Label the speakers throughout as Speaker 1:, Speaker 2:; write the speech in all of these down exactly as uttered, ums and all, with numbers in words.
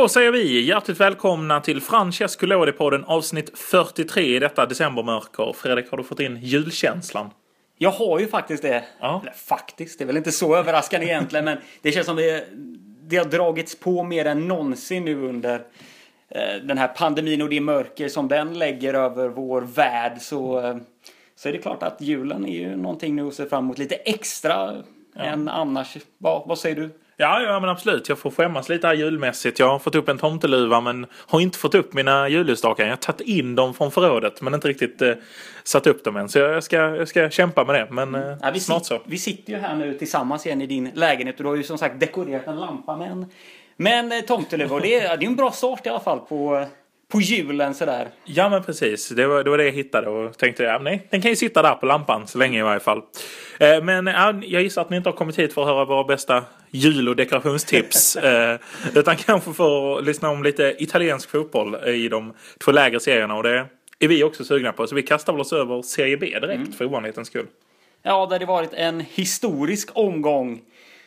Speaker 1: Då säger vi hjärtligt välkomna till Francesco Lodi-podden avsnitt fyrtiotre i detta decembermörker. Fredrik, har du fått in julkänslan?
Speaker 2: Jag har ju faktiskt det.
Speaker 1: Ja.
Speaker 2: Eller faktiskt, det är väl inte så överraskande egentligen. Men det känns som det, det har dragits på mer än någonsin nu under eh, den här pandemin och det mörker som den lägger över vår värld. Så, eh, så är det klart att julen är ju någonting nu att se fram emot lite extra ja. än annars. Va, vad säger du?
Speaker 1: Ja, ja, men absolut. Jag får skämmas lite här julmässigt. Jag har fått upp en tomteluva men har inte fått upp mina julljusstakar. Jag har tagit in dem från förrådet men inte riktigt eh, satt upp dem än. Så jag ska, jag ska kämpa med det. Men eh,
Speaker 2: ja, vi
Speaker 1: snart
Speaker 2: sit,
Speaker 1: så.
Speaker 2: Vi sitter ju här nu tillsammans igen i din lägenhet. Och du har ju som sagt dekorerat en lampa med en, med en tomteluva. Och det är, det är en bra start i alla fall på... På julen sådär.
Speaker 1: Ja, men precis. Det var, det var det jag hittade och tänkte, ja, nej, den kan ju sitta där på lampan så länge i varje fall. Eh, men ja, jag gissar att ni inte har kommit hit för att höra våra bästa jul- och dekorationstips. eh, utan kanske för att lyssna om lite italiensk fotboll i de två lägre serierna. Och det är vi också sugna på. Så vi kastar väl oss över Serie B direkt mm. för ovanlighetens skull.
Speaker 2: Ja, det har varit en historisk omgång.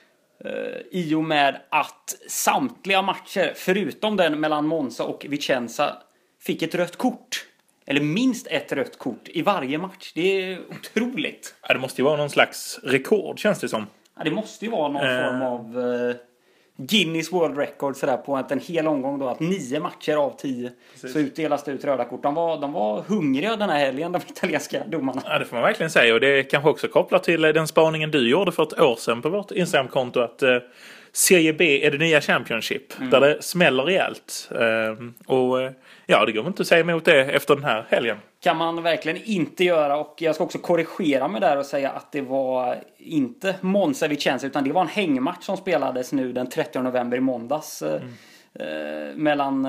Speaker 2: I och med att samtliga matcher förutom den mellan Monza och Vicenza fick ett rött kort. Eller minst ett rött kort i varje match. Det är otroligt.
Speaker 1: Ja, det måste ju vara någon slags rekord, känns det som.
Speaker 2: Ja, det måste ju vara någon
Speaker 1: äh...
Speaker 2: form av uh, Guinness World Record sådär, på att en hel omgång då, att nio matcher av tio Precis. Så utdelas det ut röda kort. De var, de var hungriga den här helgen, de italienska domarna.
Speaker 1: Ja, det får man verkligen säga. Och det är kanske också kopplat till den spaningen du gjorde för ett år sedan på vårt Instagram-konto att uh, Serie B är det nya Championship. Mm. Där det smäller rejält. Uh, och uh, ja, det går inte att säga emot det efter den här helgen.
Speaker 2: Kan man verkligen inte göra. Och jag ska också korrigera mig där och säga att det var inte Monza Vicenza utan det var en hängmatch som spelades nu den trettionde november i måndags. Mm. Eh, mellan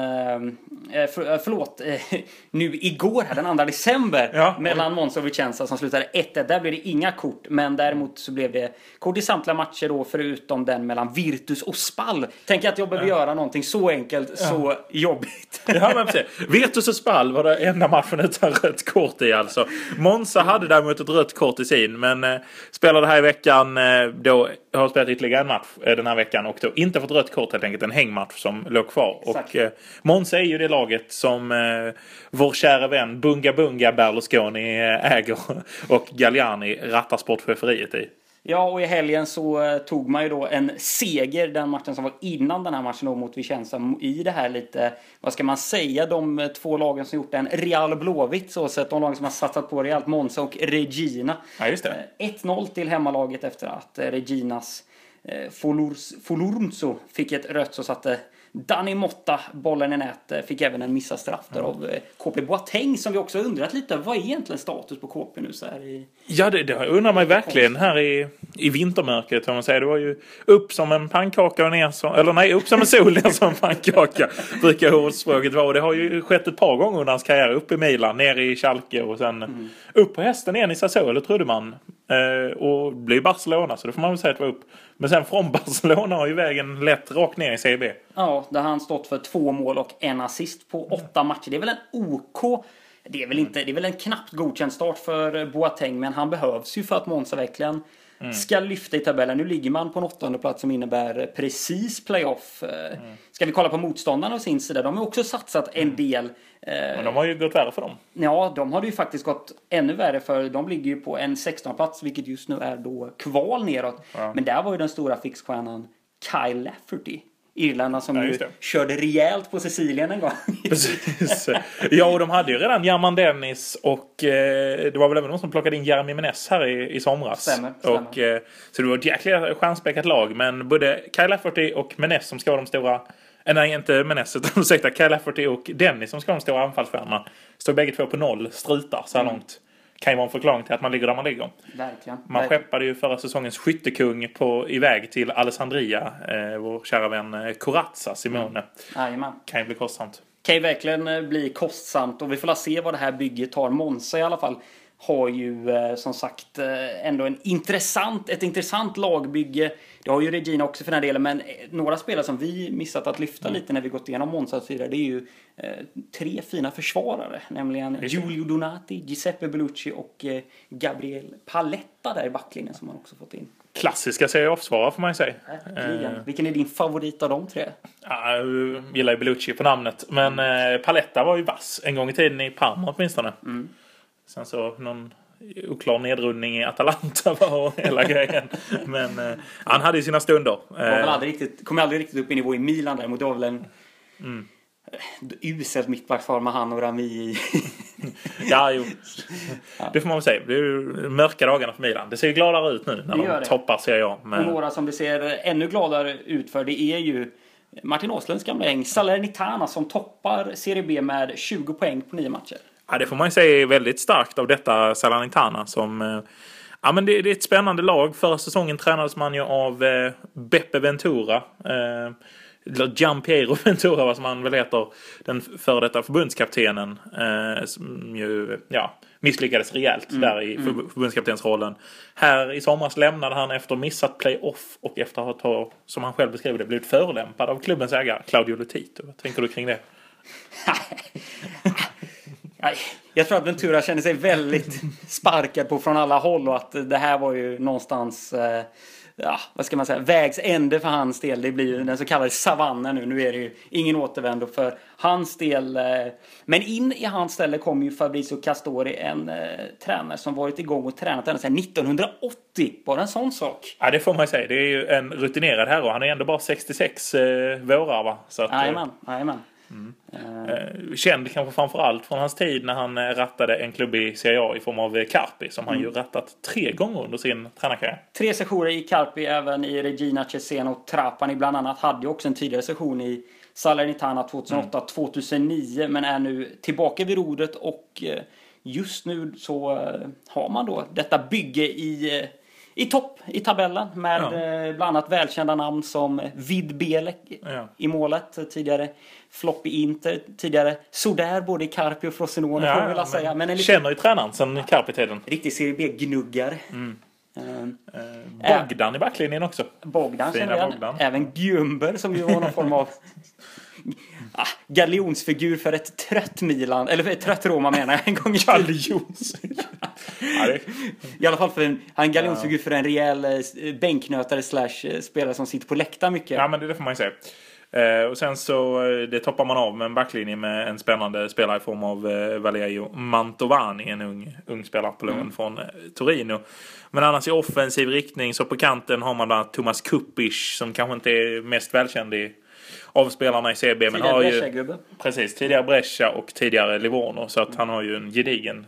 Speaker 2: eh, för, förlåt eh, nu igår här den andra december ja, mellan Monza och Vicenza som slutade ett ett. Där blev det inga kort, men däremot så blev det kort i samtliga matcher då förutom den mellan Virtus och Spal. Tänk att jag behöver ja. göra någonting så enkelt ja. så jobbigt.
Speaker 1: Ja, men precis. Virtus och Spal var det enda matchen utan rött kort i alltså. Monza hade däremot ett rött kort i sin, men eh, spelade här i veckan eh, då har spelat ytterligare en match eh, den här veckan och då inte fått rött kort, helt enkelt en hängmatch som låg kvar. Exakt. Och eh, Monza är ju det laget som eh, vår kära vän Bunga Bunga Berlusconi eh, äger och Galliani rattar sportcheferiet i.
Speaker 2: Ja, och i helgen så eh, tog man ju då en seger, den matchen som var innan den här matchen då mot Vicenza, i det här lite, vad ska man säga, de två lagen som gjort en Real Blåvitt, så sett de lagen som har satsat på Real, Monza och Regina.
Speaker 1: Ja, just det.
Speaker 2: Eh, ett noll till hemmalaget efter att eh, Reginas eh, Folorunso fick ett rött, så satte Dani Motta bollen i nät, fick även en missad straff där mm. av K P Boateng, som vi också undrat lite, vad är egentligen status på K P nu så här i...
Speaker 1: Ja, det, det undrar man verkligen här i, i vintermörkret, kan man säga. Det var ju upp som en pannkaka och ner som, eller nej, upp som en sol ner som en pannkaka brukar ordspråket vara. Och det har ju skett ett par gånger under hans karriär, upp i Milan, ner i Schalke och sen mm. upp på hästen igen i Sassuolo, trodde man. Eh, och blir Barcelona, så det får man väl säga att det var upp. Men sen från Barcelona har ju vägen lätt rakt ner i Serie B.
Speaker 2: Ja, där han stått för två mål och en assist på åtta matcher. Det är väl en OK, det är väl inte, det är väl en knappt godkänd start för Boateng, men han behövs ju för att Monza verkligen mm. ska lyfta i tabellen. Nu ligger man på en åttonde plats som innebär precis playoff. Mm. Ska vi kolla på motståndarna och sin sida? De har också satsat en del.
Speaker 1: Men de har ju gått värre för dem.
Speaker 2: Ja, de har ju faktiskt gått ännu värre, för de ligger ju på en sextonde plats, vilket just nu är då kval neråt. Ja. Men där var ju den stora fixstjärnan Kyle Lafferty, Irlanda, som ja, ju körde rejält på Sicilien en gång.
Speaker 1: Precis. Ja, och de hade ju redan German Dennis och eh, det var väl även någon som plockade in Jeremy Menez här i, i somras.
Speaker 2: Stämmer, stämmer.
Speaker 1: Och, eh, så det var ett jäkla chanspäckat lag, men både Kyle Lafferty och Menez som ska vara de stora... Nej, inte Menez, utan ursäkta, Kyle Lafferty och Dennis som ska vara de stora anfallsstjärnorna. Står bägge två på noll strutar så här mm. långt. Kan ju vara en förklaring till att man ligger där man ligger.
Speaker 2: Verkligen.
Speaker 1: Man
Speaker 2: verkligen.
Speaker 1: skeppade ju förra säsongens skyttekung på, iväg till Alessandria. Eh, vår kära vän eh, Corazza, Simone.
Speaker 2: Mm.
Speaker 1: Kan ju bli kostsamt.
Speaker 2: Kan ju verkligen bli kostsamt. Och vi får se vad det här bygget tar. Monza i alla fall har ju eh, som sagt eh, ändå en intressant, ett intressant lagbygge. Det har ju Regina också för den delen, men några spelare som vi missat att lyfta mm. lite när vi gått igenom Monza tidigare, det är ju eh, tre fina försvarare, nämligen Giulio Donati, Giuseppe Bellucci och eh, Gabriel Paletta där i backlinjen som man också fått in.
Speaker 1: Klassiska Serie A-försvarare får man ju säga.
Speaker 2: Äh, Vilken är din favorit av de tre?
Speaker 1: Ja, jag gillar ju Bellucci på namnet, men eh, Paletta var ju vass en gång i tiden i Parma åtminstone. Mm. Sen så någon oklar nedrundning i Atalanta var hela grejen. Men eh, han hade ju sina stunder.
Speaker 2: Var väl aldrig riktigt, kom aldrig riktigt upp i nivå i Milan däremot. Det var väl en mm. uselt mittbacksvar med han och Rami.
Speaker 1: Ja, jo. Ja. Det får man väl säga. Det är ju mörka dagarna för Milan. Det ser ju gladare ut nu när det de toppar Serie A. Men...
Speaker 2: Och några som det ser ännu gladare ut för, det är ju Martin Åslunds gamla gäng Salernitana som toppar Serie B med tjugo poäng på nio matcher.
Speaker 1: Ja, det får man ju säga är väldigt starkt av detta Salernitana som... Ja, men det, det är ett spännande lag. Förra säsongen tränades man ju av eh, Beppe Ventura. Eh, Gianpiero Ventura, vad som man väl heter, den före detta förbundskaptenen eh, som ju ja, misslyckades rejält mm, där i mm. för, förbundskaptensrollen. Här i somras lämnade han efter missat playoff och efter att ha, som han själv beskrev det, blivit förolämpad av klubbens ägare Claudio Lotito. Vad tänker du kring det?
Speaker 2: Jag tror att Ventura känner sig väldigt sparkad på från alla håll och att det här var ju någonstans eh, ja, vad ska man säga, vägs ände för hans del. Det blir ju den så kallade savannen nu. Nu är det ju ingen återvändo för hans del. Eh, men in i hans ställe kom ju Fabrizio Castori, en eh, tränare som varit igång och tränat ända sedan nittonhundraåttio. Bara en sån sak.
Speaker 1: Ja, det får man ju säga. Det är ju en rutinerad herre och han är ändå bara sextiosex eh, vårar, va? Så att,
Speaker 2: jajamän, jajamän.
Speaker 1: Mm. Uh. Känd kanske framförallt från hans tid när han rattade en klubb i Serie A i form av Carpi som mm. han ju rattat tre gånger under sin tränarkarriär.
Speaker 2: Tre sessioner i Carpi, även i Regina, Cesena och Trapani bland annat. Hade ju också en tidigare session i Salernitana tjugohundraåtta till tjugohundranio mm. men är nu tillbaka vid rodret och just nu så har man då detta bygge i I topp i tabellen med ja. bland annat välkända namn som Vid Belek ja. i målet tidigare, Floppy Inter tidigare, Soder både i Carpi och Frosinone ja, får vi vilja men säga. Men en
Speaker 1: liten, känner ju tränaren sen Carpi-tiden.
Speaker 2: Riktig Serie B-gnuggare. Mm.
Speaker 1: Uh, Bogdan äh, i backlinjen också.
Speaker 2: Bogdan känner Bogdan. Även Gjumber som ju var någon form av ah, galjonsfigur för ett trött Milan, eller för ett trött Roma menar jag en gång i
Speaker 1: galjonsfigur. Ja, det...
Speaker 2: I alla fall för en, han galjonsfigur för en rejäl bänknötare slash spelare som sitter på läktaren mycket.
Speaker 1: Ja, men det, det får man ju säga. Eh, och sen så det toppar man av med en backlinje med en spännande spelare i form av eh, Valerio Mantovani, en ung, ung spelare på lån mm. från eh, Torino. Men annars i offensiv riktning så på kanten har man bland annat Thomas Kupic som kanske inte är mest välkänd i av spelarna i C B, men har ju precis tidigare Brescia och tidigare Livorno, så att han har ju en gedigen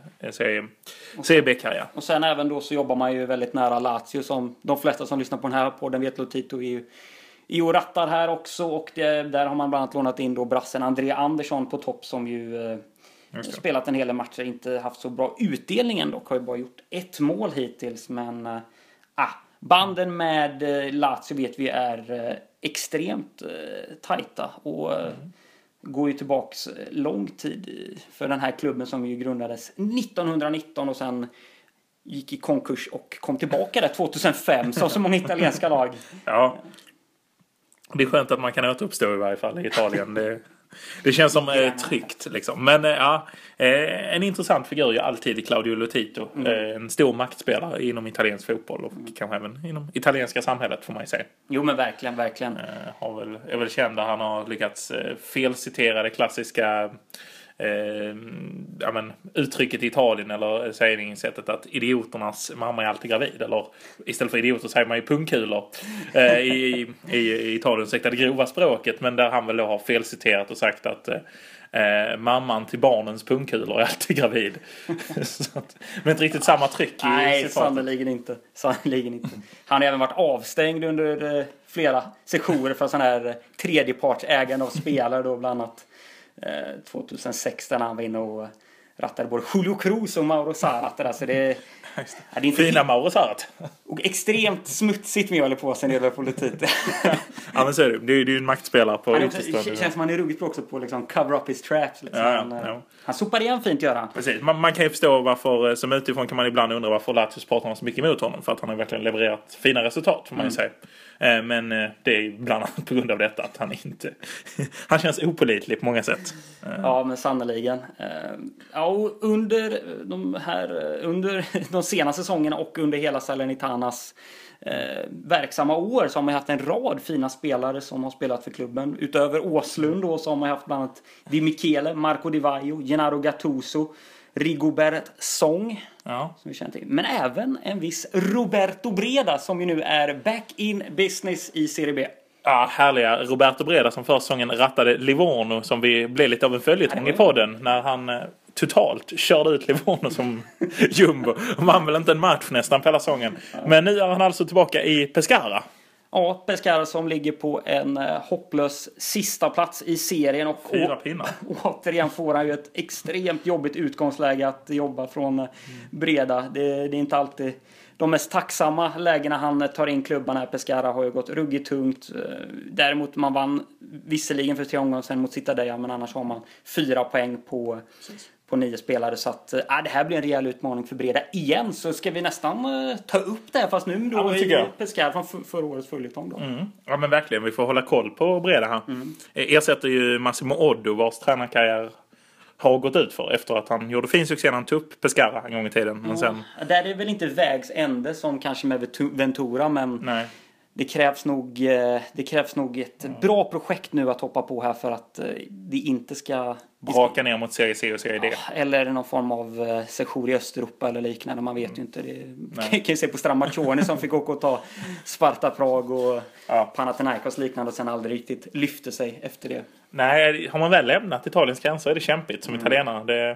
Speaker 1: C B-karriär.
Speaker 2: Och sen även då så jobbar man ju väldigt nära Lazio, som de flesta som lyssnar på den här podden vet. Lotito är ju i och rattar här också, och det, där har man bland annat lånat in då brassen André Andersson på topp som ju eh, spelat en hel del matcher, inte haft så bra utdelning ändå, har ju bara gjort ett mål hittills, men eh, ah, banden med eh, Lazio vet vi är eh, extremt eh, tajta och eh, mm. går ju tillbaks lång tid för den här klubben som ju grundades nittonhundranitton och sen gick i konkurs och kom tillbaka där tjugohundrafem som så många italienska lag.
Speaker 1: Ja. Det är skönt att man kan återuppstå i varje fall i Italien. Det, det känns som eh, tryggt liksom. Men eh, ja, eh, en intressant figur är alltid Claudio Lotito. Mm. Eh, en stor maktspelare inom italiensk fotboll och mm. kanske även inom italienska samhället får man ju säga.
Speaker 2: Jo, men verkligen, verkligen.
Speaker 1: Eh, har väl, är väl känd där han har lyckats eh, felcitera det klassiska eh, ja, men, uttrycket i Italien, eller sägningssättet att idioternas mamma är alltid gravid, eller istället för idioter säger man ju pungkulor eh, i, i, i Italien, så det grova språket, men där han väl då har felciterat och sagt att eh, mamman till barnens pungkulor är alltid gravid. Så att, men inte riktigt samma tryck i
Speaker 2: nej, sannoliken inte. Sannoliken inte. Han har även varit avstängd under eh, flera sessioner för sån här tredjepartsägande av spelare då, bland annat tjugohundrasex när han var inne och rattade både Julio Cruz och Mauro Zarat. Alltså det,
Speaker 1: det är inte fina Mauro Zarat.
Speaker 2: Och extremt smutsigt mjöl i påsen när det gäller politik.
Speaker 1: Ja, men så är det. Det är ju en maktspelare på
Speaker 2: utestunden. Det känns som han är ruggigt bra också på liksom cover up his traps. Liksom.
Speaker 1: Ja, ja,
Speaker 2: han,
Speaker 1: ja.
Speaker 2: han sopar igen fint, gör han.
Speaker 1: Precis. Man, man kan ju förstå varför, som utifrån kan man ibland undra varför Lazio-supportrarna så mycket emot honom. För att han har verkligen levererat fina resultat, får man ju
Speaker 2: Mm.
Speaker 1: säga. Men det är bland annat på grund av detta att han inte... han känns opålitlig på många sätt.
Speaker 2: Ja, men sannoliken. Ja, och under de här under de senaste säsongerna och under hela Salernitanas eh, verksamma år så har man haft en rad fina spelare som har spelat för klubben. Utöver Åslund då, så har man haft bland annat Di Michele, Marco Di Vaio, Gennaro Gattuso, Rigobert Song,
Speaker 1: Ja.
Speaker 2: som vi känner till. Men även en viss Roberto Breda som ju nu är back in business i Serie B.
Speaker 1: Ja, härliga Roberto Breda som förra säsongen rattade Livorno, som vi blev lite av en följetong i podden när han eh, totalt körde ut Livorno som jumbo. Och man väl inte en match nästan på hela säsongen. Men nu är han alltså tillbaka i Pescara.
Speaker 2: Ja, Pescara som ligger på en eh, hopplös sista plats i serien. Och
Speaker 1: Fyra pinnar.
Speaker 2: Och återigen får han ju ett extremt jobbigt utgångsläge att jobba från eh, Breda. Det, det är inte alltid de mest tacksamma lägena han tar in klubbarna. Pescara har ju gått ruggigt tungt. Däremot man vann visserligen för tre omgångar sen mot Cittadella, men annars har man fyra poäng på, på nio spelare. Så att, äh, det här blir en rejäl utmaning för Breda igen. Så ska vi nästan äh, ta upp det här, fast nu då
Speaker 1: ja,
Speaker 2: i Pescara från för, förra årets följetong då.
Speaker 1: Mm. Ja, men verkligen, vi får hålla koll på Breda här.
Speaker 2: Mm.
Speaker 1: Ersätter ju Massimo Oddo, vars tränarkarriär har gått ut för efter att han gjorde fin succé när han tog upp Pescara en gång i tiden. Men sen...
Speaker 2: ja, där är det väl inte vägs ände som kanske med Ventura, men
Speaker 1: Nej.
Speaker 2: Det krävs nog det krävs nog ett mm. bra projekt nu att hoppa på här för att det inte ska
Speaker 1: braka ner mot Serie C och Serie D.
Speaker 2: Ja, eller någon form av session i Östeuropa eller liknande, man vet mm. ju inte. Det kan ju se på Stramaccioni som fick åka och ta Sparta Prag och ja. Panathinaikos liknande och sen aldrig riktigt lyfte sig efter det.
Speaker 1: Nej, har man väl lämnat Italiens gränser är det kämpigt som mm. italienare. Det,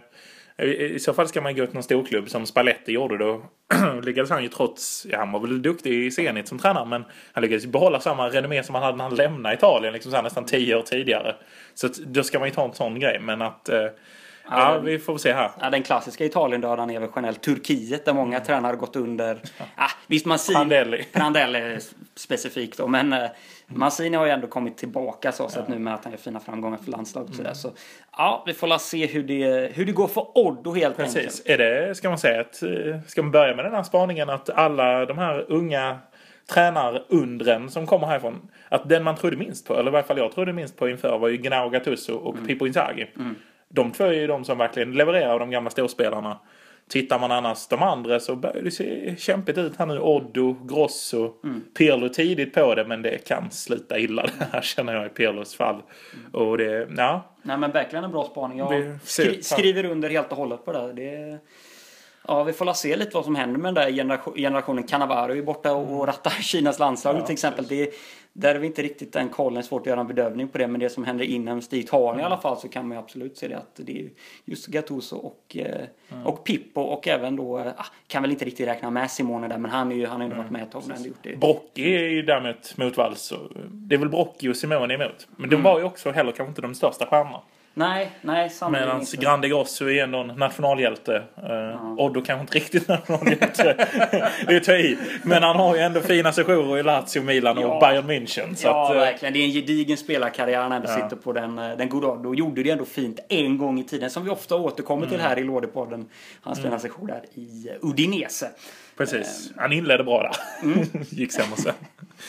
Speaker 1: i så fall ska man gå till någon storklubb som Spalletti gjorde då. Lyckades han ju trots, ja, han var väl duktig i Zenit som tränare, men han lyckades behålla samma renommé som han hade när han lämnade Italien liksom så här, nästan tio år tidigare. Så att, då ska man ju ta en sån grej, men att eh, ja, vi får se här.
Speaker 2: Ja, den klassiska Italien-dödan är väl generellt Turkiet där många mm. tränare gått under. Ja, visst man ser
Speaker 1: Prandelli.
Speaker 2: Prandelli specifikt då, men eh, Mancini har ju ändå kommit tillbaka så sätt ja. nu med att han gör fina framgångar för landslaget och
Speaker 1: mm.
Speaker 2: sådär. Så ja, vi får la se hur det hur det går för Oddo helt
Speaker 1: Precis.
Speaker 2: enkelt.
Speaker 1: Är det, ska man säga att ska man börja med den här spaningen att alla de här unga tränarundren som kommer härifrån, att den man trodde minst på, eller i varje fall jag trodde minst på inför, var ju Gennaro Gattuso och mm. Pippo Inzaghi. Mm. De två är ju de som verkligen levererar av de gamla storspelarna. Tittar man annars de andra så börjar det se kämpigt ut här nu. Oddo, Grosso, mm. Pirlo tidigt på det, men det kan sluta illa det här känner jag i Pirlos fall. Mm. Och det, ja.
Speaker 2: Nej, men verkligen en bra spaning. Jag skri- skriver under helt och hållet på det. Det ja, vi får la se lite vad som händer med den där generation, generationen. Cannavaro är borta och rattar Kinas landslag ja, till exempel. Det, där är vi inte riktigt den kollen, svårt att göra en bedömning på det. Men det som händer inom i Italien mm. i alla fall, så kan man ju absolut se det att det är just Gattuso och, mm. och Pippo och även då, ah, kan väl inte riktigt räkna med Simone där, men han är ju han har ju mm. varit med ett tag och gjort det.
Speaker 1: Brocchi är ju däremot mot Valls. Det är väl Brocchi och Simone emot. Men de
Speaker 2: mm.
Speaker 1: var ju också heller kanske inte de största stjärnorna.
Speaker 2: Nej, nej, sannolikt
Speaker 1: Medan Grande Grosso är ändå en nationalhjälte. Uh, Oddo kanske inte riktigt nationalhjälte. Det är ta i. Men han har ju ändå fina sessioner i Lazio, Milan och ja. Bayern München. Så
Speaker 2: ja,
Speaker 1: att, uh,
Speaker 2: verkligen. Det är en gedigen spelarkarriär när han ändå ja. sitter på den, den goda Oddo. Och gjorde det ändå fint en gång i tiden. Som vi ofta återkommer mm. till här i Lådepodden. Hans fina mm. session där i Udinese.
Speaker 1: Precis. Han inledde bra där. Mm. Gick sen och sen.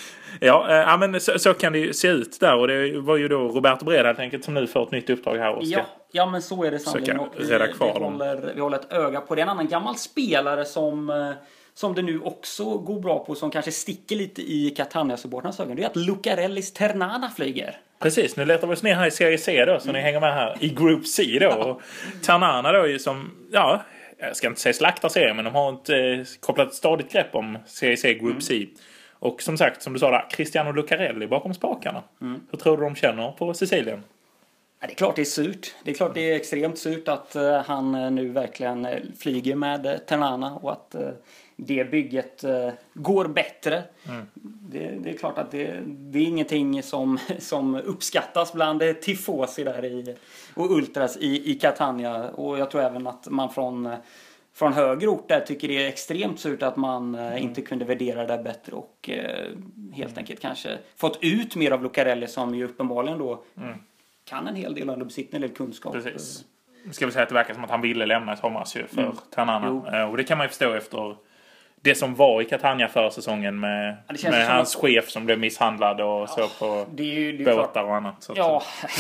Speaker 1: Ja, äh, men så, så kan det ju se ut där. Och det var ju då Roberto Breda helt enkelt som nu får ett nytt uppdrag här. Och ska
Speaker 2: ja, ja, men så är det sannolikt. Och vi,
Speaker 1: rädda kvar
Speaker 2: vi, håller, vi håller ett öga på det. En annan gammal spelare som, som det nu också går bra på, som kanske sticker lite i Catania-supporternas ögon, det är att Lucarellis Ternana flyger.
Speaker 1: Precis, nu letar vi oss ner här i Serie C då, så mm. ni hänger med här i Group C då. Och Ternana då är ju som, ja, jag ska inte säga slaktar serien, men de har ett eh, kopplat ett stadigt grepp om Serie C Group mm. C. Och som sagt, som du sa där, Cristiano Lucarelli bakom spakarna. Mm. Hur tror du de känner på Sicilien?
Speaker 2: Ja, det är klart det är surt. Det är klart det är extremt surt att uh, han uh, nu verkligen uh, flyger med uh, Ternana och att uh, det bygget uh, går bättre. Mm. Det, det är klart att det, det är ingenting som, som uppskattas bland uh, tifosi där i, och ultras i, i Catania. Och jag tror även att man från... Uh, från högre ort där tycker det är extremt surt att man mm. inte kunde värdera det bättre och eh, helt mm. enkelt kanske fått ut mer av Lucarelli som ju uppenbarligen då mm. kan en hel del under besittning eller kunskap.
Speaker 1: Precis. Ska vi säga att det verkar som att han ville lämna i somras ju för mm. Ternana. Och det kan man ju förstå efter det som var i Catania förra säsongen med, ja, med hans att... chef som blev misshandlad och ja, så på det är ju, det är båtar klart. Och annat. Så
Speaker 2: ja,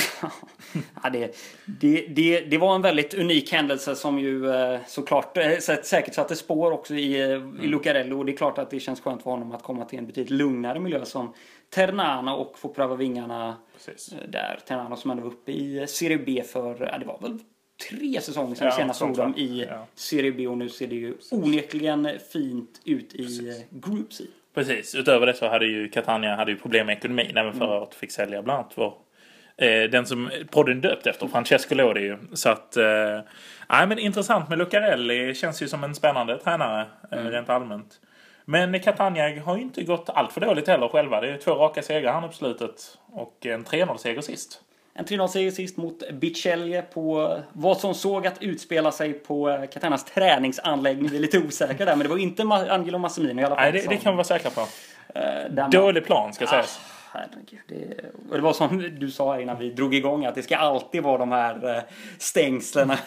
Speaker 2: ja det, det, det, det var en väldigt unik händelse som ju såklart säkert satte spår också i, mm. i Lucarelli. Och det är klart att det känns skönt för honom att komma till en betydligt lugnare miljö som Ternana och få pröva vingarna. Precis. Där. Ternana som ändå var uppe i Serie B för, ja, det var väl tre säsonger sedan ja, senast såg de i ja. Serie B och nu ser det ju onekligen fint ut i Precis. Group C.
Speaker 1: Precis, utöver det så hade ju Catania hade ju problem med ekonomin även förra året fick sälja bland annat var eh, den som podden döpt efter, Francesco Lodi ju. Så att, eh, nej men intressant med Lucarelli, känns ju som en spännande tränare mm. eh, rent allmänt. Men Catania har ju inte gått allt för dåligt heller själva. Det är två raka segrar han upp slutet och en tre noll-seger sist.
Speaker 2: En tre noll-seger sist mot Biceglie på vad som såg att utspela sig på Catanias träningsanläggning. Vi är lite osäkra där, men det var inte Angelo Massimino i alla fall.
Speaker 1: Nej, det, det kan vi vara säkra på. Uh, Dålig man... plan, ska jag säga.
Speaker 2: Ah, herregud, det... Och det var som du sa här innan vi drog igång, att det ska alltid vara de här stängslarna.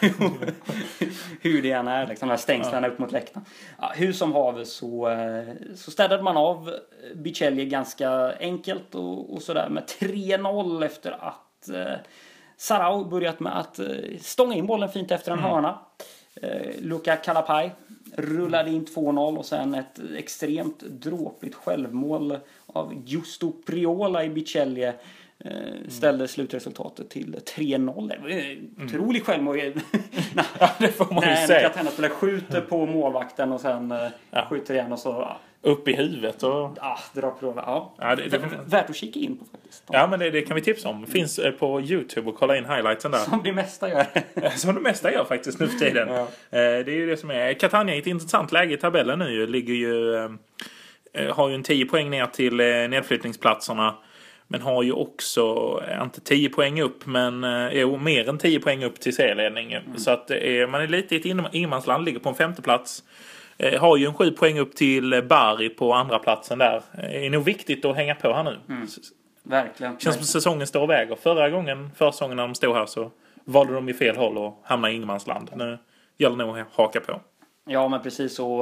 Speaker 2: Hur det än är, liksom, de här stängslarna ja. Upp mot läktaren. Ja, hur som haver så, så städade man av Biceglie ganska enkelt och, och sådär med tre noll efter att Eh, Sarau börjat med att eh, stånga in bollen fint efter en mm. hörna. eh, Luca Calapaj rullade in två noll och sen ett extremt dråpligt självmål av Giusto Priola i Biceglie eh, ställde mm. slutresultatet till tre noll. Otrolig mm. självmål.
Speaker 1: Ja, det får man ju säga.
Speaker 2: Catania spelar skjuter på målvakten och sen eh, ja. skjuter igen och så ja.
Speaker 1: Upp i huvudet och...
Speaker 2: Ja, dra på ja.
Speaker 1: ja det, det...
Speaker 2: Värt att kika in på faktiskt.
Speaker 1: Ja, men det, det kan vi tipsa om. Finns på YouTube och kolla in highlightsen där.
Speaker 2: Som det mesta gör.
Speaker 1: Som det mesta gör faktiskt nu för tiden. Ja. Det är ju det som är... Catania i ett intressant läge i tabellen nu. Ligger ju... Har ju en tio poäng ner till nedflyttningsplatserna. Men har ju också, inte tio poäng upp, men jo, mer än tio poäng upp till serieledning. Mm. Så att är, man är lite i ett ingenmansland, ligger på en femte plats. Har ju en sju poäng upp till Bari på andra platsen där. Det är nog viktigt att hänga på här nu.
Speaker 2: Mm. Verkligen.
Speaker 1: Känns som säsongen står och väger. Förra gången, förra säsongen när de stod här så valde de i fel håll och hamnade i ingenmansland. Nu gäller det nog att haka på.
Speaker 2: Ja, men precis så.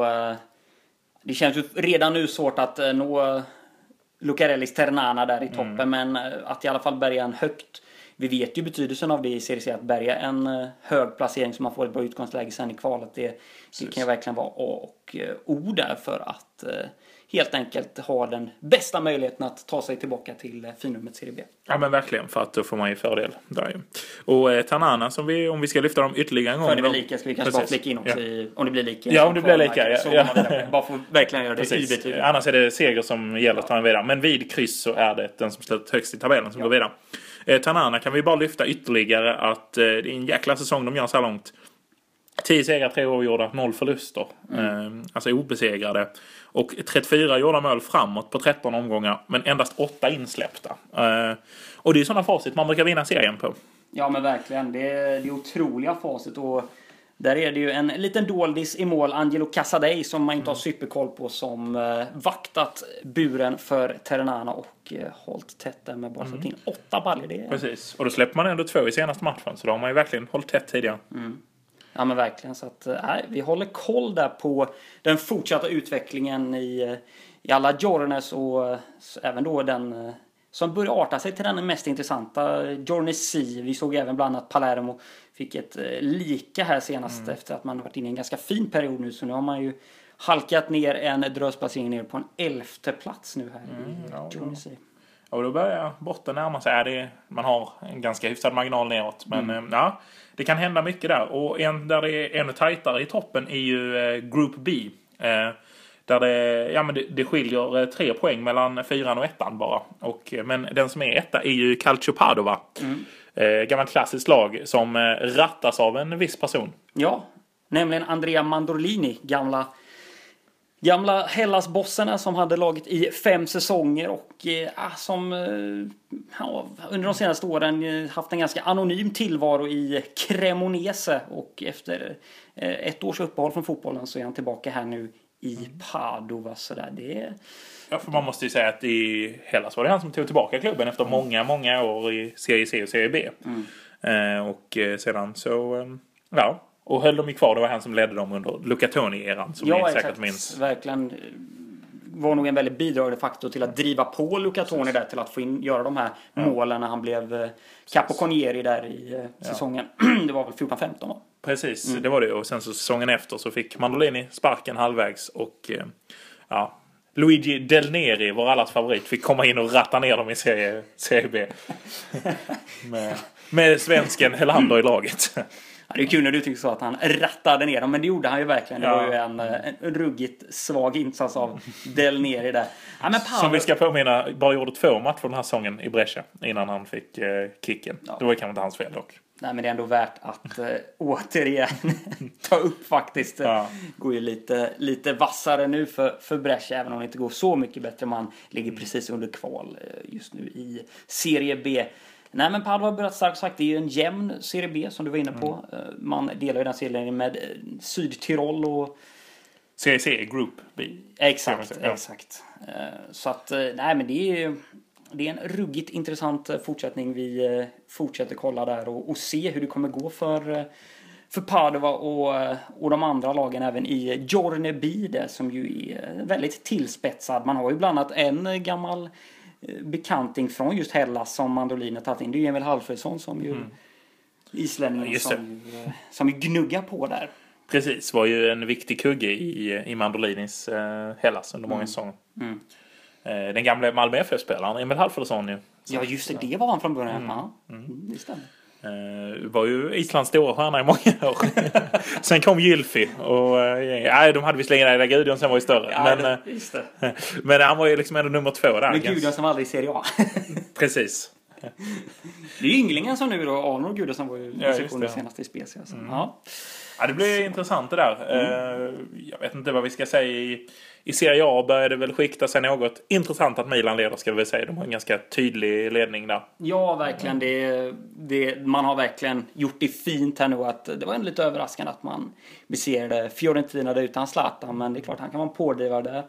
Speaker 2: Det känns ju redan nu svårt att nå Lucarellis Ternana där i toppen. Mm. Men att i alla fall bärga en högt. Vi vet ju betydelsen av det i Serie C, att bärga en hög placering som man får ett bra utgångsläge sen i kvalet. Det, det kan ju verkligen vara A och O där för att eh, helt enkelt ha den bästa möjligheten att ta sig tillbaka till finrummet Serie B.
Speaker 1: Ja, men verkligen, för att då får man ju fördel där ju. Och eh, Ternana, som vi, om vi ska lyfta dem ytterligare en gång.
Speaker 2: För det blir lika, ska vi kanske bara flika in också ja. i, om det blir lika.
Speaker 1: Ja, om det blir lika. Ja, ja.
Speaker 2: Bara för att verkliligen göra det tydligt.
Speaker 1: Annars är det seger som gäller att ta en vidare. Men vid kryss så är det den som slutar högst i tabellen som ja. går vidare. Eh, Ternana kan vi bara lyfta ytterligare att eh, det är en jäkla säsong de gör så här långt. tio segrar, tre oavgjorda, noll förluster. Mm. Eh, alltså obesegrade. Och trettiofyra gjorda mål framåt på tretton omgångar, men endast åtta insläppta. Eh, och det är sådana facit man brukar vinna serien på.
Speaker 2: Ja, men verkligen. Det är, det är otroliga facit. Och där är det ju en liten doldis i mål, Angelo Casadei, som man inte har superkoll på, som eh, vaktat buren för Ternana och eh, hållit tätt där med bara mm. in åtta baller. Det är...
Speaker 1: Precis, och då släpper man ändå två i senaste matchen, så då har man ju verkligen hållit tätt tidigare.
Speaker 2: Mm. Ja, men verkligen. Så att, äh, vi håller koll där på den fortsatta utvecklingen i, i alla Giornes och äh, även då den äh, som börjar arta sig till den mest intressanta, Giornes C. Vi såg även bland annat Palermo fick ett äh, lika här senast mm. efter att man varit inne i en ganska fin period nu, så nu har man ju halkat ner en drösplacering ner på en elfte plats nu här mm, i ja, Giornes C.
Speaker 1: Och då börjar botten närma sig. Det, man har en ganska hyfsad marginal neråt. Men mm. ja, det kan hända mycket där. Och en där det är ännu tajtare i toppen är ju eh, Group B. Eh, där det, ja, men det, det skiljer eh, tre poäng mellan fyran och ettan bara. Och, men den som är etta är ju Calcio Padova. Mm. Eh, gammalt klassiskt lag som eh, rattas av en viss person.
Speaker 2: Ja, nämligen Andrea Mandorlini, gamla Gamla Hellas-bossarna som hade laget i fem säsonger och eh, som eh, ja, under de senaste åren eh, haft en ganska anonym tillvaro i Cremonese. Och efter eh, ett års uppehåll från fotbollen så är han tillbaka här nu i Padova. Så där, det,
Speaker 1: ja, för man måste ju säga att i Hellas var det han som tog tillbaka klubben efter många, många år i Serie C och Serie B. Mm. Eh, och eh, sedan så, eh, ja... Och höll de ju kvar, det var han som ledde dem under Luca Toni-eran som
Speaker 2: ja,
Speaker 1: ni säkert
Speaker 2: exakt.
Speaker 1: minns.
Speaker 2: Verkligen var nog en väldigt bidragande faktor till att driva på Luca Toni där till att få in, göra de här ja. målen när han blev eh, capoconieri där i eh, säsongen. Ja. Det var väl fjorton femton va?
Speaker 1: Precis,
Speaker 2: mm.
Speaker 1: det var det. Och sen så säsongen efter så fick Mandolini sparken halvvägs och eh, ja... Luigi Del Neri, vår allas favorit, fick komma in och ratta ner dem i Serie, Serie B. med, med svensken Helander i laget.
Speaker 2: Ja, det är kul när du tycker så att han rattade ner dem, men det gjorde han ju verkligen. Det
Speaker 1: ja.
Speaker 2: var ju en, en ruggigt svag insats av Del Neri där. Ja, men Paolo...
Speaker 1: Som vi ska påminna, bara gjorde två matcher den här säsongen i Brescia innan han fick eh, kicken. Ja. Det var ju kanske inte hans fel dock.
Speaker 2: Nej, men det är ändå värt att äh, återigen ta upp faktiskt. Ja. Går ju lite, lite vassare nu för, för Brescia, även om det inte går så mycket bättre. Man ligger precis under kval äh, just nu i Serie B. Nej, men Padova har börjat starkt sagt. Det är ju en jämn Serie B som du var inne på. Mm. Man delar ju den serien med Sydtirol och...
Speaker 1: Serie C, Group B.
Speaker 2: Exakt, ja. exakt. Så att, nej men det är ju... Det är en ruggigt intressant fortsättning. Vi fortsätter kolla där och, och se hur det kommer gå för, för Padova och, och de andra lagen även i Giornebide som ju är väldigt tillspetsad. Man har ju bland annat en gammal bekanting från just Hellas som Mandolini tagit in. Det är ju Emil Halfredsson som ju mm. islänningen ja, som, ju, som ju gnuggar på där.
Speaker 1: Precis, var ju en viktig kugge i, i Mandolinis eh, Hellas under många mm. säsonger. Mm. Den gamla Malmö F F-spelaren Emil Halfredsson ju.
Speaker 2: Ja, just det. Det var han från början. Mm. Ja, mm. det stämmer.
Speaker 1: Uh, var ju Islands stora stjärna i många år. Sen kom Gylfi och nej, uh, de hade visserligen där Gudjon sen var ju större.
Speaker 2: Ja,
Speaker 1: men,
Speaker 2: det, just det.
Speaker 1: men han var ju liksom ändå nummer två där.
Speaker 2: Men Gudjon som aldrig i Serie A.
Speaker 1: Precis.
Speaker 2: Det är ju ynglingen som nu då, Arnold Gudjon som var ju ja, det senaste i Spezia. Mm. Ja.
Speaker 1: Ja, det blir intressant det där. Mm. Jag vet inte vad vi ska säga. I, i Serie A börjar det väl skikta sig något. Intressant att Milan leder, ska vi säga. De har en ganska tydlig ledning där.
Speaker 2: Ja, verkligen. Det, det, man har verkligen gjort det fint här nu. Att det var en lite överraskande att man besegrade Fiorentina där utan Zlatan. Men det är klart, han kan vara en pådrivare där.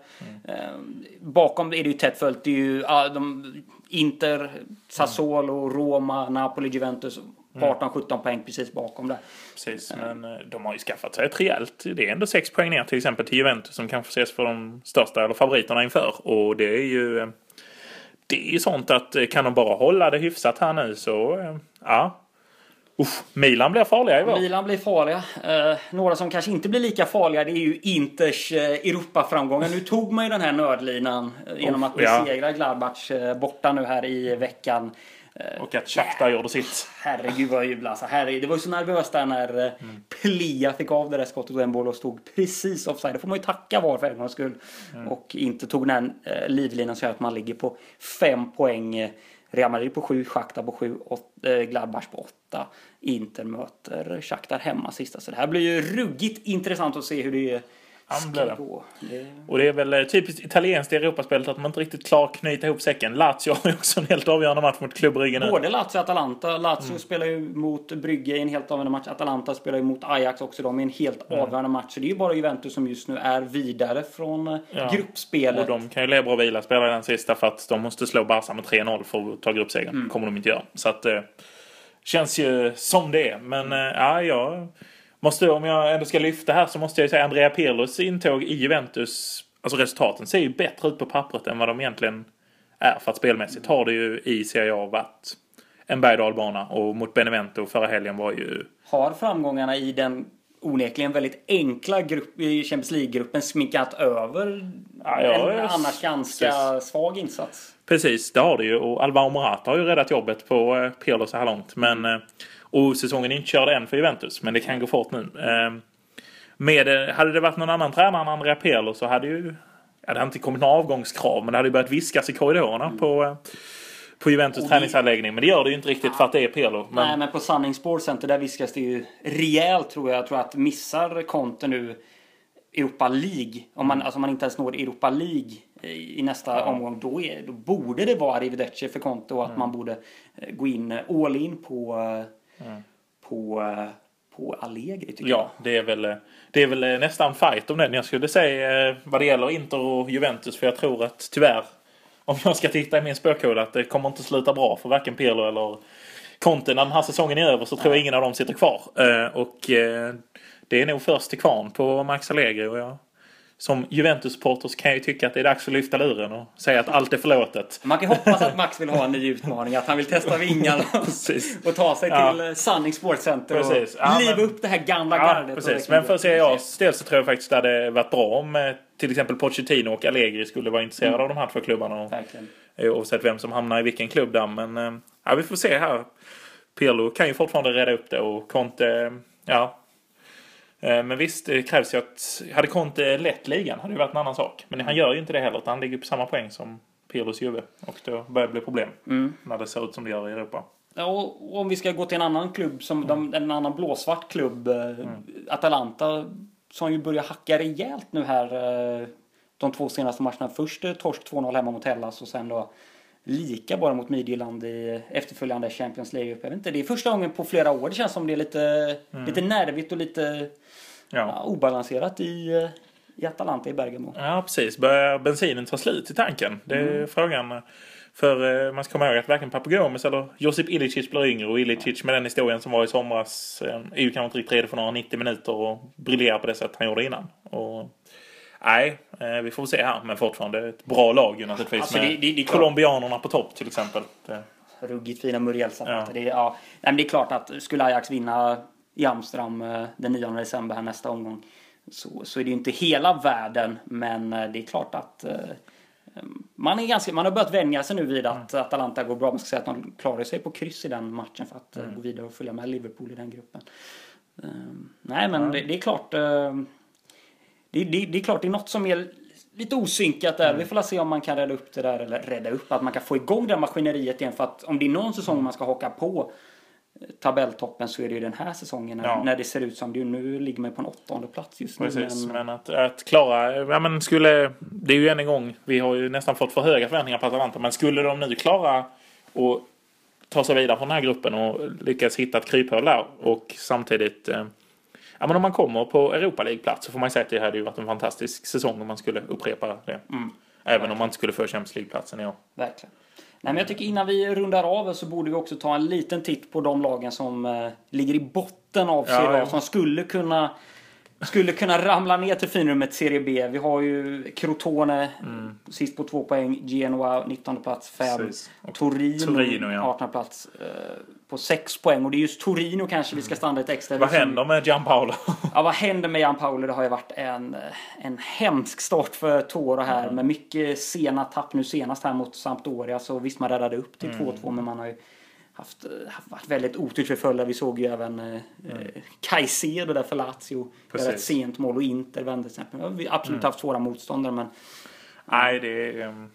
Speaker 2: Mm. Bakom är det ju tätt följt. Det är ju ja, de, Inter, Sassuolo, Roma, Napoli, Juventus... arton sjutton poäng precis bakom där.
Speaker 1: Precis, men de har ju skaffat sig ett rejält. Det är ändå sex poäng ner till exempel till Juventus som kanske ses för de största eller favoriterna inför. Och det är ju det är ju sånt att kan de bara hålla det hyfsat här nu så ja. Uff, Milan blir farliga i vår.
Speaker 2: Milan blir farliga. Eh, några som kanske inte blir lika farliga det är ju Inters eh, Europaframgångar. Nu tog man ju den här nödlinan eh, genom att besegra ja. Gladbach eh, borta nu här i veckan.
Speaker 1: Och att Shakhtar gjorde sitt.
Speaker 2: Herregud vad jubla. Alltså, herregud. Det var ju så nervöst där när mm. Plia fick av det där skottet och en boll och stod precis offside. Det får man ju tacka var för en gångs skull. Mm. Och inte tog den eh, livlinan så att man ligger på fem poäng. Real Madrid på sju, Shakhtar på sju, åt, eh, Gladbach på åtta. Inter möter Shakhtar hemma sista. Så det här blir ju ruggigt intressant att se hur det ska det. gå. Det...
Speaker 1: Och det är väl typiskt italienskt i Europaspelet att man inte riktigt klar knyta ihop säcken. Lazio har ju också en helt avgörande match mot klubbryggen.
Speaker 2: Både Lazio och Atalanta. Lazio mm. spelar ju mot Brygge i en helt avgörande match. Atalanta spelar ju mot Ajax också. De är en helt mm. avgörande match. Så det är ju bara Juventus som just nu är vidare från ja. gruppspelet.
Speaker 1: Och de kan ju lebra och vila spela den sista för att de måste slå Barca med tre noll för att ta gruppsegern. Mm. kommer de inte göra. Så att eh, känns ju som det. Men eh, ja, ja. Måste, om jag ändå ska lyfta här så måste jag ju säga Andrea Pirlos intåg i Juventus. Alltså resultaten ser ju bättre ut på pappret än vad de egentligen är. För att spelmässigt har det ju i Serie A varit en berg-dalbana. Och mot Benevento förra helgen var ju...
Speaker 2: Har framgångarna i den onekligen väldigt enkla grupp, i Champions League-gruppen sminkat över
Speaker 1: ja, ja,
Speaker 2: en annars ganska precis. svag insats?
Speaker 1: Precis, det har det ju. Och Alvaro Morata har ju räddat jobbet på eh, Pirlo så här långt. Men... Eh, Och säsongen är inte körd än för Juventus. Men det kan gå fort nu. Eh, med, hade det varit någon annan tränare än Andrea Pirlo så hade ju... Ja, det hade inte kommit några avgångskrav. Men det hade ju börjat viskas i korridorerna mm. på, eh, på Juventus vi... träningsanläggning. Men det gör det ju inte riktigt för att det är Pirlo. Men...
Speaker 2: Nej, men på Sunning Sports Center där viskas det ju rejält tror jag. Jag tror att missar Conte nu Europa League. Om man, alltså, om man inte ens når Europa League i, i nästa ja. omgång, då, är, då borde det vara Arrivederci för Conte och att mm. man borde eh, gå in all in på, mm. på, eh, på Allegri, tycker
Speaker 1: ja, jag. Det är väl, det är väl nästan fight om den. Jag skulle säga eh, vad det gäller Inter och Juventus, för jag tror att tyvärr, om jag ska titta i min spökkoda, att det kommer inte sluta bra för varken Pirlo eller Conte. När den här säsongen är över så tror jag ingen av dem sitter kvar. Eh, och eh, det är nog först till kvarn på Max Allegri. Och jag, som Juventus-supporter kan jag ju tycka att det är dags att lyfta luren och säga att allt är förlåtet.
Speaker 2: Man kan hoppas att Max vill ha en ny utmaning. Att han vill testa vingarna och ta sig
Speaker 1: ja.
Speaker 2: till Sunning Sportcenter
Speaker 1: precis.
Speaker 2: och
Speaker 1: ja,
Speaker 2: liva
Speaker 1: men,
Speaker 2: upp det här gamla
Speaker 1: ja,
Speaker 2: gardet.
Speaker 1: Precis. Men för att säga jag del så tror jag faktiskt att det hade varit bra om till exempel Pochettino och Allegri skulle vara intresserade mm. av de här två klubbarna. Och, oavsett vem som hamnar i vilken klubb där. Men ja, vi får se här. Pirlo kan ju fortfarande reda upp det och Conte, ja. Men visst, det krävs ju att hade Conte lett ligan hade det varit en annan sak. Men han gör ju inte det heller, utan han ligger på samma poäng som Pirlos Juve. Och då börjar det bli problem mm. när det ser ut som det gör i Europa.
Speaker 2: Ja, och om vi ska gå till en annan klubb, som mm. de, en annan blåsvart klubb, mm. Atalanta, som ju börjar hacka rejält nu här de två senaste matcherna. Först torsk två noll hemma mot Hellas och sen då lika bara mot Midtjylland i efterföljande Champions League. Jag vet inte, det är första gången på flera år. Det känns som det är lite, mm. lite nervigt och lite ja. Ja, obalanserat i, i Atalanta i Bergamo.
Speaker 1: Ja, precis. Börjar bensinen ta slut i tanken? Det är mm. frågan. För man ska komma ihåg att varken Papagomes eller Josip Ilicic blir yngre. Och Ilicic med den historien som var i somras är ju kanske inte riktigt redo för några nittio minuter och briljerar på det sätt han gjorde innan. Och nej, vi får se här. Men fortfarande ett bra lag ju naturligtvis. Alltså, med det, det, det colombianerna på topp till exempel. Det.
Speaker 2: Ruggigt fina Muriel-satt. Ja. Det, ja. Nej, men det är klart att skulle Ajax vinna i Amsterdam den nionde december här nästa omgång, så, så är det ju inte hela världen. Men det är klart att eh, man, är ganska, man har börjat vänja sig nu vid att mm. Atalanta går bra. Man ska säga att de klarar sig på kryss i den matchen för att mm. gå vidare och följa med Liverpool i den gruppen. Uh, nej, men mm. det, det är klart... Uh, Det, det, det är klart, det är något som är lite osynkat där. Mm. Vi får se om man kan rädda upp det där, eller rädda upp att man kan få igång det maskineriet igen. För att om det är någon säsong man ska haka på tabelltoppen, så är det ju den här säsongen. Ja. När det ser ut som det är. Nu ligger man på en åttonde plats just nu.
Speaker 1: Precis, men, men att, att klara, ja men skulle, det är ju en gång, vi har ju nästan fått för höga förväntningar på Atalanta. Men skulle de nu klara och ta sig vidare från den här gruppen och lyckas hitta ett kryphål där och samtidigt... Ja, men om man kommer på Europa League-plats så får man säga att det hade ju varit en fantastisk säsong om man skulle upprepa det. Mm. Även verkligen. Om man inte skulle få Champions League-platsen i år.
Speaker 2: Verkligen. Nej, men jag tycker innan vi rundar av så borde vi också ta en liten titt på de lagen som eh, ligger i botten av Serie A. Ja, ja. Som skulle kunna, skulle kunna ramla ner till finrummet Serie B. Vi har ju Crotone mm. sist på två poäng. Genoa nittonde plats fem. Torino, Torino ja. artonde plats eh, på sex poäng. Och det är just Torino kanske vi ska stanna ett extra.
Speaker 1: Vad händer med Gianpaolo?
Speaker 2: Ja, vad händer med Gianpaolo? Det har ju varit en, en hemsk start för Toro här. Mm. Med mycket sena tapp nu senast här mot Sampdoria. Så visst, man räddade upp till mm. två två. Men man har ju haft, haft varit väldigt oturförföljda. Vi såg ju även mm. eh, Caicedo där för Lazio. Göra ett sent mål och Inter vände till exempel. Vi har absolut mm. haft svåra motståndare. Men
Speaker 1: nej, det är... Um...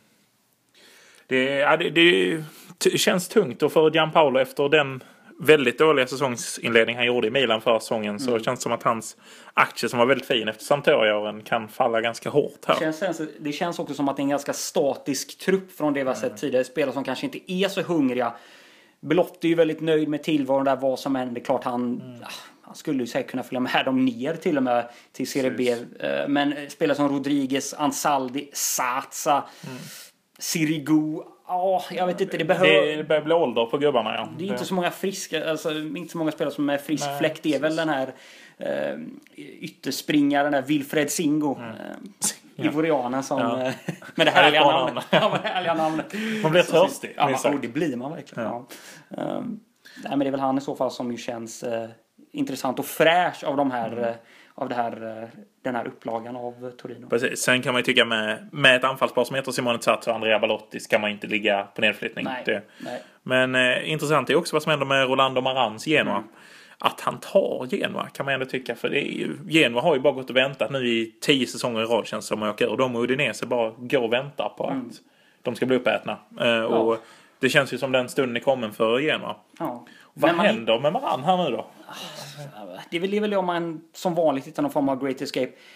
Speaker 1: Det, ja, det, det t- känns tungt och för Gianpaolo efter den väldigt dåliga säsongsinledning han gjorde i Milan förra säsongen mm. så känns det som att hans aktie som var väldigt fin efter Sampdoria-åren kan falla ganska hårt här.
Speaker 2: Det känns, det känns också som att det är en ganska statisk trupp från det vi har sett mm. tidigare. Spelare som kanske inte är så hungriga. Belotti är ju väldigt nöjd med tillvaron där, vad som händer. Klart han... Mm. Ja, han skulle ju säkert kunna följa med dem ner till och med till Serie B. Men spelare som Rodriguez, Ansaldi, Satsa... Mm. Sirigu, ja, jag vet inte, det behöver...
Speaker 1: Det börjar bli ålder på gubbarna, ja.
Speaker 2: Det är inte så många friska, alltså inte så många spelare som är frisk Nej, fläkt. Det är väl den här uh, ytterspringaren där, Wilfred Singo. Mm. Uh, Ivorianen som... Ja. Uh, med det härliga namnet. Ja, med det härliga namnet.
Speaker 1: Man blir törstig.
Speaker 2: Ja, man, det blir man verkligen. Ja. Ja. Uh, nej, men det är väl han i så fall som ju känns uh, intressant och fräsch av de här... Mm. Uh, av det här, den här upplagan av Torino.
Speaker 1: Precis. Sen kan man ju tycka med, med ett anfallspar som heter Simone Zatto och Andrea Balotti ska man inte ligga på nedflyttning.
Speaker 2: Nej,
Speaker 1: det.
Speaker 2: nej.
Speaker 1: Men eh, intressant är också vad som händer med Rolando Marans Genoa. Mm. Att han tar Genoa kan man ändå tycka. För det är ju, Genoa har ju bara gått och väntat nu i tio säsonger i rad känns som att åka. Och de och Udinese bara går och väntar på mm. att de ska bli uppätna. Eh, ja. Och det känns ju som den stunden är kommen för Genoa. Ja. Vad man... händer med Maran här nu då?
Speaker 2: Det är väl det om man som vanligt hittar någon form av Great Escape.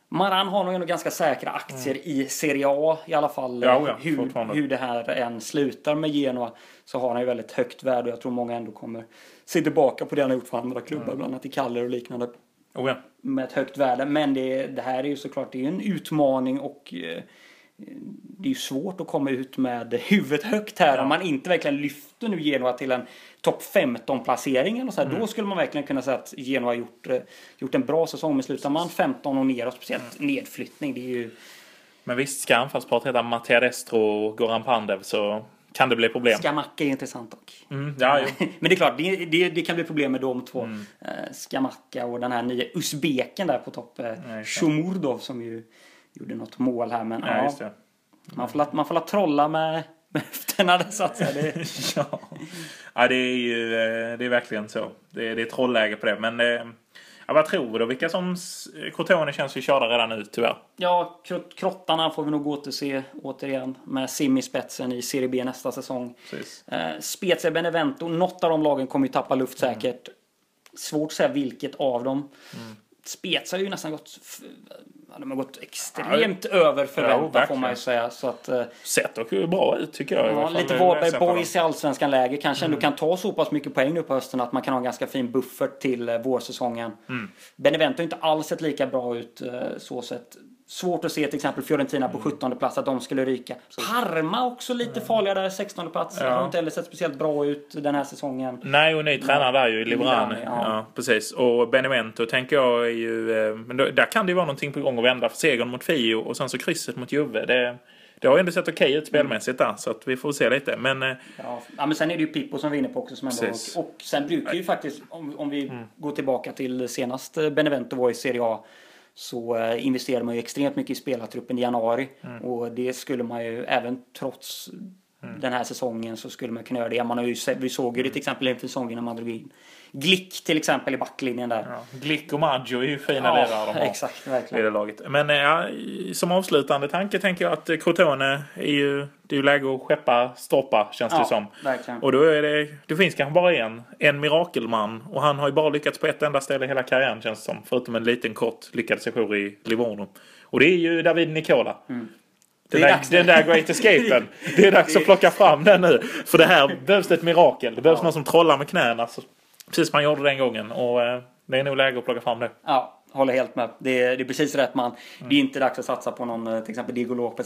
Speaker 2: Maran har nog ändå ganska säkra aktier mm. i Serie A i alla fall.
Speaker 1: Ja, ja,
Speaker 2: hur, hur det här än slutar med Genoa så har han ju väldigt högt värde och jag tror många ändå kommer se tillbaka på det han har gjort för andra klubbar, mm. bland annat i Cagliari och liknande.
Speaker 1: Oh, ja.
Speaker 2: Med ett högt värde. Men det, det här är ju såklart det är en utmaning och eh, det är ju svårt att komma ut med huvudet högt här ja. om man inte verkligen lyfter nu Genoa till en topp femton-placering eller så här. Mm. Då skulle man verkligen kunna säga att Genoa har gjort, gjort en bra säsong. Men slutar man femton och ner och speciellt mm. nedflyttning, det är ju...
Speaker 1: Men visst, ska anfallsparet heta Mattia Destro och Goran Pandev så kan det bli problem.
Speaker 2: Skamacka är intressant dock.
Speaker 1: Mm, ja,
Speaker 2: men det är klart, det, det, det kan bli problem med de två. Mm. Skamacka och den här nya Uzbeken där på topp. Shomurdov som ju gjorde något mål här. Men ja, ja, man får la, man får la trolla med... Efter så att säga. Det...
Speaker 1: ja. ja, det är ju det är verkligen så. Det är, det är trollläge på det. Men ja, vad tror du då? Vilka som Crotone känns ju körda redan nu tyvärr?
Speaker 2: Ja, krottarna får vi nog återse återigen med Sim i spetsen i Serie B nästa säsong. Eh, Spezia Benevento, något av de lagen kommer ju tappa luft säkert. Mm. Svårt att säga vilket av dem. Mm. Spezia har ju nästan gått... F- de har gått extremt ja, över förväntan ja, får man ju säga. Så att,
Speaker 1: sett och bra ut tycker jag.
Speaker 2: Ja, lite Varberg Boys i allsvenskan läge. Kanske mm. ändå kan ta så pass mycket poäng nu på hösten att man kan ha en ganska fin buffert till vårsäsongen. Mm. Benevento är inte alls sett lika bra ut så sett. Svårt att se till exempel Fiorentina på sjuttonde plats att de skulle ryka. Parma också lite farligare där, sextonde plats. Ja. Har inte heller sett speciellt bra ut den här säsongen.
Speaker 1: Nej, och ny tränare där ju i Librani. Ja. ja, precis. Och Benevento tänker jag är ju... Men då, där kan det ju vara någonting på gång att vända för segern mot Fio och sen så krysset mot Juve. Det, det har ju ändå sett okej ut spelmässigt där, så att vi får se lite. Men,
Speaker 2: ja. ja, men sen är det ju Pippo som vinner på också. Som ändå, och, och sen brukar ju faktiskt, om, om vi mm. går tillbaka till senast Benevento var i Serie A, så eh, investerade man ju extremt mycket i spelartruppen i januari. Mm. Och det skulle man ju, även trots mm. den här säsongen, så skulle man kunna göra det. Man har ju, vi såg ju det till exempel inför säsongen när man drog in Glick till exempel i backlinjen där.
Speaker 1: Ja, Glick och Maggio är ju fina
Speaker 2: ja,
Speaker 1: ledare de har.
Speaker 2: Exakt, verkligen.
Speaker 1: I det laget. Men ja, som avslutande tanke tänker jag att Crotone är ju, det är ju läge att skeppa stoppa, känns
Speaker 2: ja,
Speaker 1: det som.
Speaker 2: Verkligen.
Speaker 1: Och då är det, det finns kanske bara en, en mirakelman. Och han har ju bara lyckats på ett enda ställe hela karriären, känns det som. Förutom en liten kort lyckad session i Livorno. Och det är ju David Nicola. Mm. Den, där, den där Great Escapen. Det är dags att plocka fram den nu. För det här behövs det ett mirakel. Det behövs ja. någon som trollar med knäna. Så, precis som man gjorde den gången. Och eh, det är nog läge att plocka fram det.
Speaker 2: Ja, håller helt med. Det är, det är precis rätt man. Mm. Det är inte dags att satsa på någon, till exempel Diego Lopez.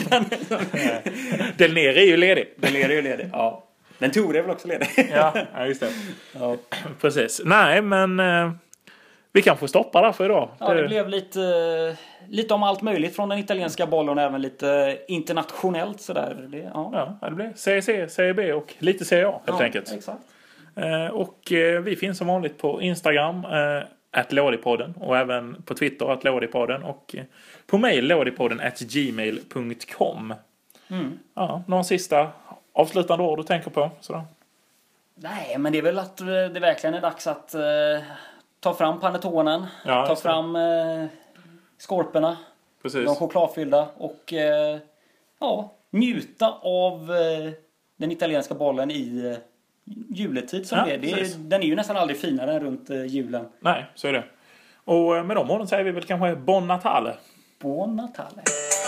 Speaker 1: Del Nere är ju ledig.
Speaker 2: Del Nere är ju ledig, ja. Den Tore är väl också ledig.
Speaker 1: ja, ja, just det. Ja. Precis. Nej, men... Eh, vi kan få stoppa där för idag.
Speaker 2: Ja, det blev lite, lite om allt möjligt från den italienska bollen och även lite internationellt sådär. Det,
Speaker 1: ja. ja, det blir C C, C B och lite C A helt
Speaker 2: ja,
Speaker 1: enkelt.
Speaker 2: Exakt.
Speaker 1: Eh, och eh, vi finns som vanligt på Instagram, eh, at Lådipodden, och även på Twitter, at Lådipodden, och eh, på mail lådipodden at gmail punkt com. Mm. Ja, någon sista avslutande ord du tänker på? Sådär.
Speaker 2: Nej, men det är väl att det verkligen är dags att... Eh... Ta fram panettonen, ja, ta fram eh, skorporna,
Speaker 1: precis.
Speaker 2: De chokladfyllda och eh, ja, njuta av eh, den italienska bollen i eh, juletid som ja, det är. Det är. Den är ju nästan aldrig finare än runt eh, julen.
Speaker 1: Nej, så är det. Och med de orden säger vi väl kanske Buon Natale.
Speaker 2: Buon Natale.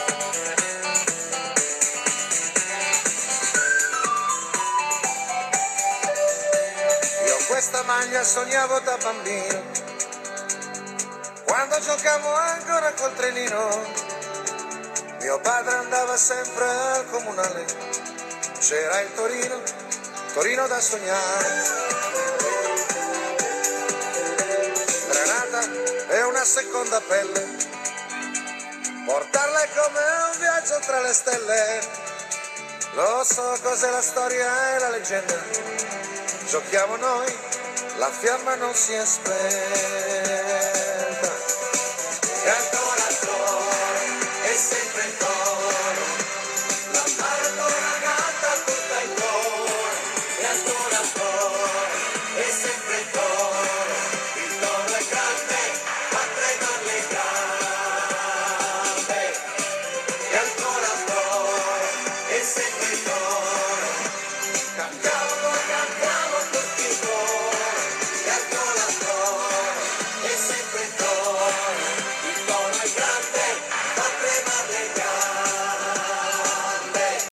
Speaker 3: Questa maglia sognavo da bambino, quando giocavo ancora col trenino. Mio padre andava sempre al comunale, c'era il Torino, Torino da sognare. Granata è una seconda pelle, portarla è come un viaggio tra le stelle. Lo so cos'è la storia e la leggenda, giochiamo noi, la fiamma non si è spenta. E ancora il coro, è sempre il coro, la maratona canta tutta il coro. E ancora il coro, è sempre il coro, il coro è grande, fa tremare le gambe. E ancora il coro, è sempre il coro, cantiamo, cantiamo tutti il coro. E ancora il coro, è sempre il coro, il coro è grande.